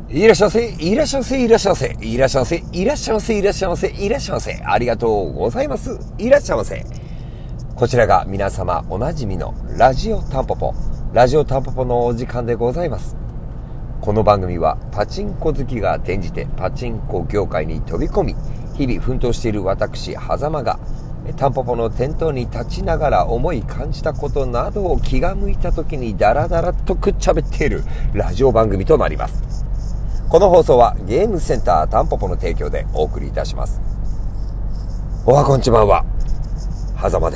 いらっしゃいませ、いらっしゃいませ、いらっしゃいませ、いらっしゃいませ、いらっしゃいませ、いらっしゃいませ、いらっしゃいませ。ありがとうございます。いらっしゃいませ。こちらが皆様おなじみのラジオタンポポ。ラジオタンポポのお時間でございます。この番組はパチンコ好きが転じてパチンコ業界に飛び込み、日々奮闘している私、狭間がタンポポの店頭に立ちながら思い感じたことなどを気が向いた時にダラダラとくっちゃべっているラジオ番組となります。この放送はゲームセンタータンポポの提供でお送りいたします。おはこんちばんは、狭間です。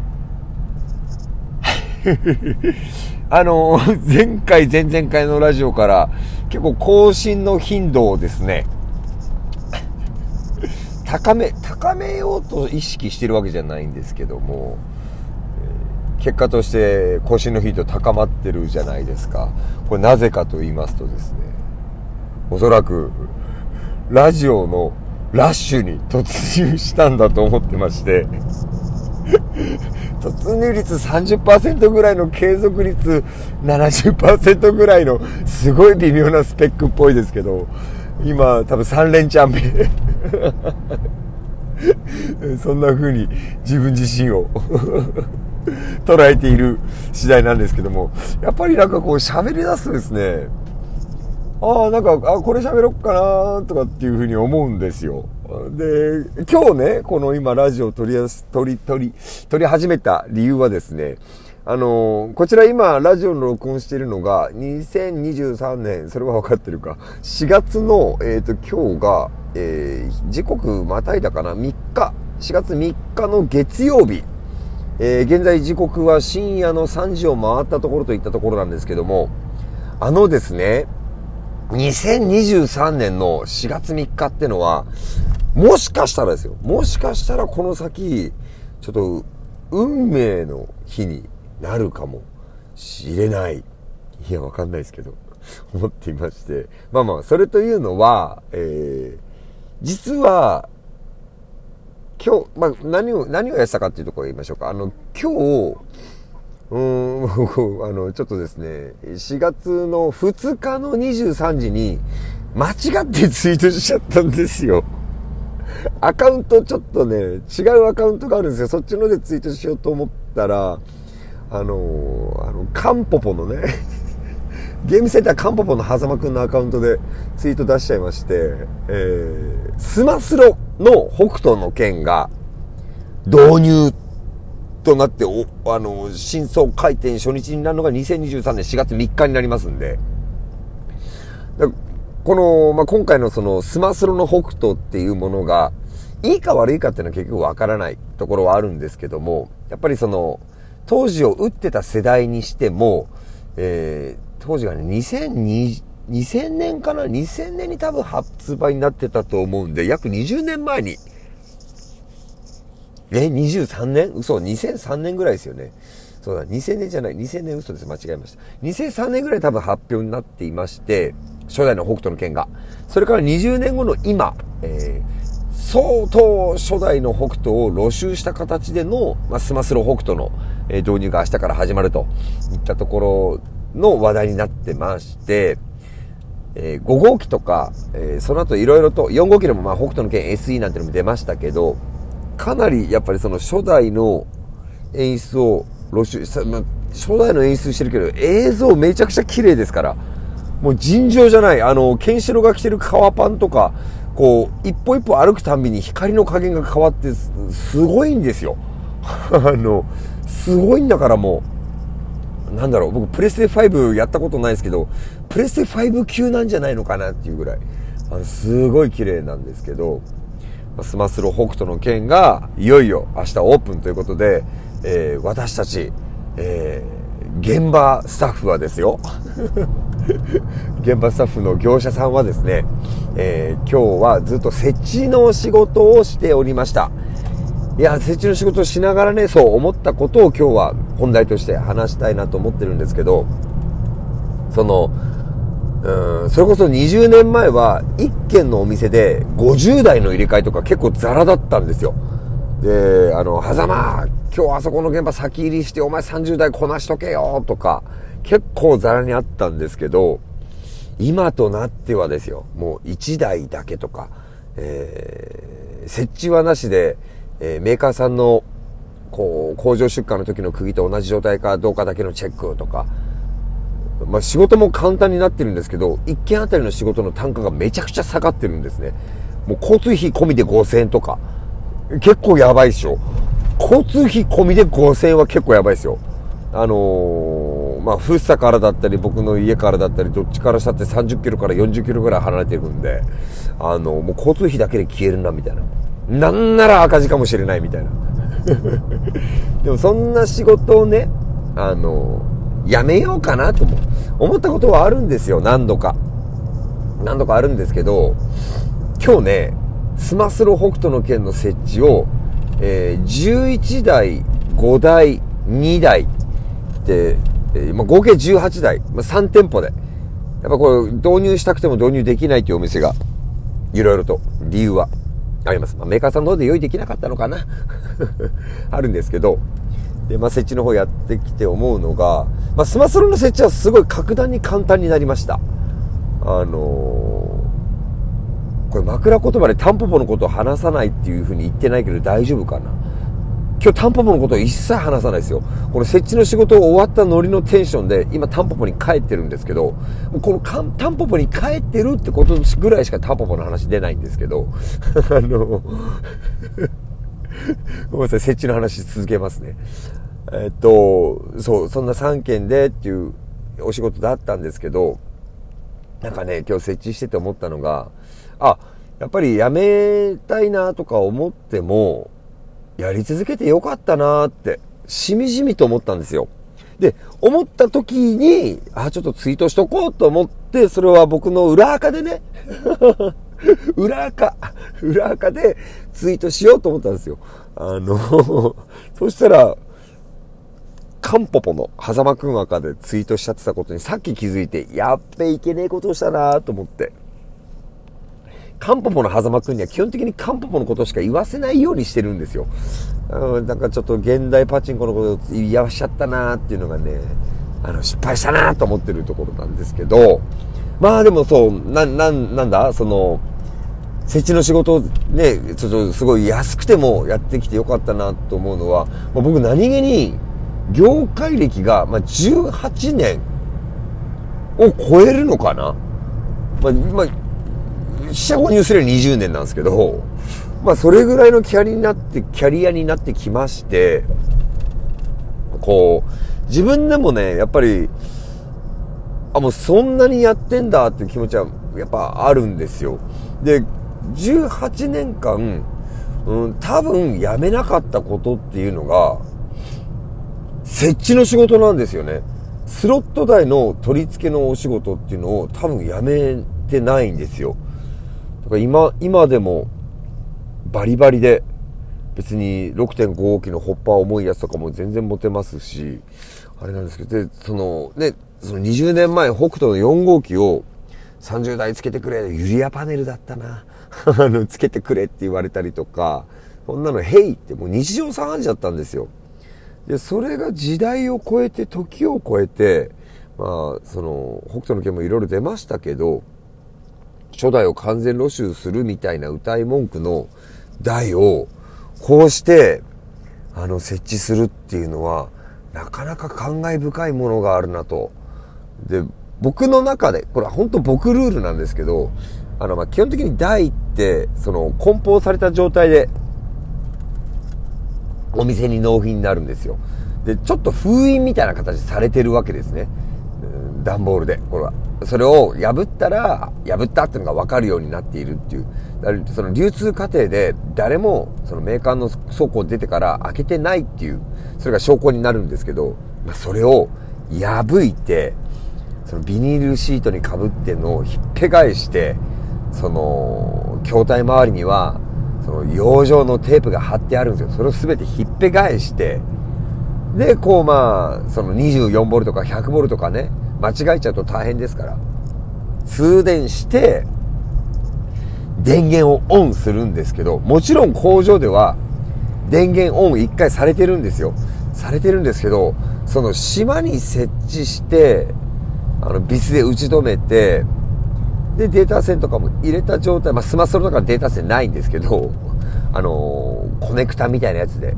前回前々回のラジオから結構更新の頻度をですね、高めようと意識してるわけじゃないんですけども、結果として更新の頻度高まってるじゃないですか。これなぜかと言いますとですね、おそらくラジオのラッシュに突入したんだと思ってまして突入率 30% ぐらいの継続率 70% ぐらいのすごい微妙なスペックっぽいですけど、今多分3連チャン目そんな風に自分自身を捉えている次第なんですけども、やっぱりなんかこう喋り出すとですね、これ喋ろっかなとかっていうふうに思うんですよ。で、今日ね、この今ラジオを撮り始めた理由はですね、こちら今ラジオの録音しているのが2023年、それは分かってるか、4月の、今日が、時刻またいだかな、4月3日の月曜日。現在時刻は深夜の3時を回ったところといったところなんですけども、ですね、2023年の4月3日ってのは、もしかしたらですよ。もしかしたらこの先、ちょっと運命の日になるかもしれない。いや、わかんないですけど、思っていまして。それというのは、実は、今日、何をやってたかっていうところを言いましょうか。今日、ちょっとですね、4月の2日の23時に間違ってツイートしちゃったんですよ。アカウントちょっとね、違うアカウントがあるんですよ。そっちのでツイートしようと思ったら、カンポポのね、ゲームセンターカンポポの狭間くんのアカウントでツイート出しちゃいまして、スマスロの北斗の拳が導入となって、新装開店初日になるのが2023年4月3日になりますんで、この、今回のそのスマスロの北斗っていうものがいいか悪いかっていうのは結局わからないところはあるんですけども、やっぱりその当時を打ってた世代にしても、当時がね、2000年かな ?2000 年に多分発売になってたと思うんで、約20年前に、23年嘘 ?2003 年ぐらいですよね。そうだ、2000年じゃない。2000年嘘です。間違えました。2003年ぐらい多分発表になっていまして、初代の北斗の拳が。それから20年後の今、相当初代の北斗を露習した形での、スマスロ北斗の、導入が明日から始まるといったところの話題になってまして、5号機とか、その後いろいろと、4号機でも北斗の拳 SE なんてのも出ましたけど、かなりやっぱりその初代の演出を露出した、初代の演出してるけど映像めちゃくちゃ綺麗ですから、もう尋常じゃない。ケンシロウが着てる革パンとか、こう一歩一歩歩くたんびに光の加減が変わってすごいんですよ。すごいんだから、もう僕プレステ5やったことないですけど、プレステ5級なんじゃないのかなっていうぐらいすごい綺麗なんですけど、スマスロ北斗の拳がいよいよ明日オープンということで、私たち、現場スタッフはですよ現場スタッフの業者さんはですね、今日はずっと設置の仕事をしておりました。いや、設置の仕事をしながらね、そう思ったことを今日は本題として話したいなと思ってるんですけど、それこそ20年前は1軒のお店で50台の入れ替えとか結構ザラだったんですよ。で、狭間、今日あそこの現場先入りしてお前30台こなしとけよとか結構ザラにあったんですけど、 今となってはですよ、もう1台だけとか、設置はなしで、メーカーさんのこう工場出荷の時の釘と同じ状態かどうかだけのチェックとか、まあ仕事も簡単になってるんですけど、1件あたりの仕事の単価がめちゃくちゃ下がってるんですね。もう交通費込みで5000円とか、結構やばいっしょ。交通費込みで5000円は結構やばいですよ。まあ、福生からだったり、僕の家からだったり、どっちからしたって30キロから40キロぐらい離れてるんで、もう交通費だけで消えるな、みたいな。なんなら赤字かもしれない、みたいな。でもそんな仕事をね、やめようかなと思ったことはあるんですよ、何度かあるんですけど、今日ね、スマスロ北斗の拳の設置を、11台、5台、2台で、合計18台、3店舗で、やっぱこれ導入したくても導入できないというお店が、いろいろと理由はあります。メーカーさんの方で用意できなかったのかなあるんですけど、で、設置の方やってきて思うのが、スマスロの設置はすごい格段に簡単になりました。これ枕言葉でタンポポのことを話さないっていう風に言ってないけど大丈夫かな。今日タンポポのことを一切話さないですよ。この設置の仕事を終わったノリのテンションで今タンポポに帰ってるんですけど、このタンポポに帰ってるってことぐらいしかタンポポの話出ないんですけど、ごめんなさい、設置の話続けますね。そんな3件でっていうお仕事だったんですけど、なんかね、今日設置してて思ったのが、やっぱりやめたいなとか思っても、やり続けてよかったなって、しみじみと思ったんですよ。で、思った時に、ちょっとツイートしとこうと思って、それは僕の裏垢でね、裏垢でツイートしようと思ったんですよ。そしたら、カンポポの狭間くん赤でツイートしちゃってたことにさっき気づいて、やっべいけねえことをしたなと思って。カンポポの狭間くんには基本的にカンポポのことしか言わせないようにしてるんですよ。なんかちょっと現代パチンコのことを言わしちゃったなっていうのがね、失敗したなと思ってるところなんですけど、でもそう、なんだ、その、設置の仕事をね、ちょっとすごい安くてもやってきてよかったなと思うのは、僕何気に業界歴が18年を超えるのかな。四捨五入すれば20年なんですけど、それぐらいのキャリアになってきまして、こう、自分でもね、やっぱり、もうそんなにやってんだっていう気持ちはやっぱあるんですよ。で、18年間、多分やめなかったことっていうのが、設置の仕事なんですよね。スロット台の取り付けのお仕事っていうのを多分やめてないんですよ。だから今でもバリバリで別に 6.5 号機のホッパー重いやつとかも全然持てますし、あれなんですけど、で、その20年前北斗の4号機を30台つけてくれ、ユリアパネルだったな。つけてくれって言われたりとか、こんなのヘイってもう日常茶飯事だったんですよ。で、それが時代を超えて、時を超えて、北斗の拳もいろいろ出ましたけど、初代を完全露出するみたいな歌い文句の台を、こうして、設置するっていうのは、なかなか感慨深いものがあるなと。で、僕の中で、これは本当僕ルールなんですけど、基本的に台って、梱包された状態で、お店に納品になるんですよ。で、ちょっと封印みたいな形されてるわけですね。段ボールで、これは。それを破ったっていうのが分かるようになっているっていう。その流通過程で誰もそのメーカーの倉庫出てから開けてないっていう、それが証拠になるんですけど、それを破いて、そのビニールシートに被ってのをひっぺ返して、筐体周りには、養生のテープが貼ってあるんですよ。それをすべてひっぺ返して、で、24ボルトか100ボルトかね、間違えちゃうと大変ですから、通電して、電源をオンするんですけど、もちろん工場では、電源オン一回されてるんですよ。されてるんですけど、島に設置して、ビスで打ち止めて、 で、データ線とかも入れた状態、スマスロとかデータ線ないんですけど、コネクタみたいなやつで、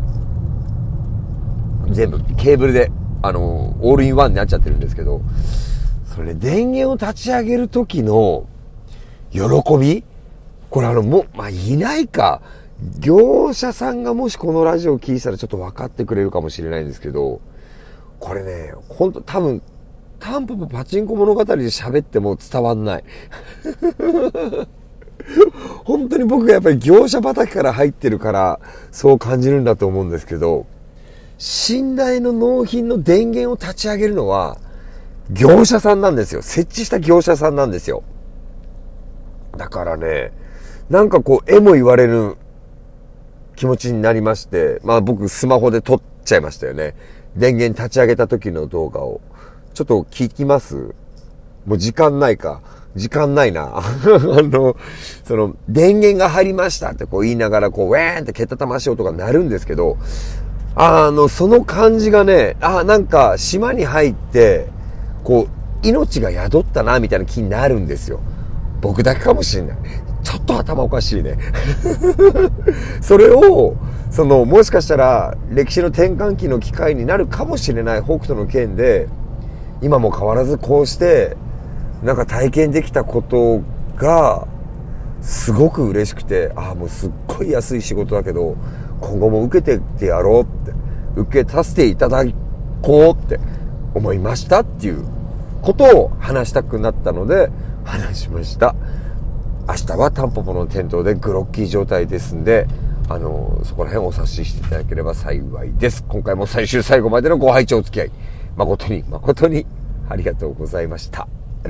全部ケーブルで、オールインワンになっちゃってるんですけど、それね、電源を立ち上げる時の喜び、これいないか。業者さんがもしこのラジオを聞いたらちょっと分かってくれるかもしれないんですけど、これね、多分、タンポポパチンコ物語で喋っても伝わんない。本当に僕がやっぱり業者畑から入ってるからそう感じるんだと思うんですけど、信頼の納品の電源を立ち上げるのは業者さんなんですよ。設置した業者さんなんですよ。だからね、なんか絵も言われる気持ちになりまして、僕スマホで撮っちゃいましたよね。電源立ち上げた時の動画を。ちょっと聞きます？もう時間ないか。時間ないな。電源が入りましたって言いながらウェーンってけたたましい音が鳴るんですけど、その感じがね、なんか島に入って、命が宿ったな、みたいな気になるんですよ。僕だけかもしれない。ちょっと頭おかしいね。それを、もしかしたら歴史の転換期の機会になるかもしれない北斗の拳で、今も変わらずこうして、なんか体験できたことが、すごく嬉しくて、もうすっごい安い仕事だけど、今後も受けてってやろうって、受けさせていただこうって思いましたっていうことを話したくなったので、話しました。明日はタンポポの店頭でグロッキー状態ですんで、そこら辺をお察ししていただければ幸いです。今回も最終最後までのご拝聴お付き合い、誠にありがとうございました。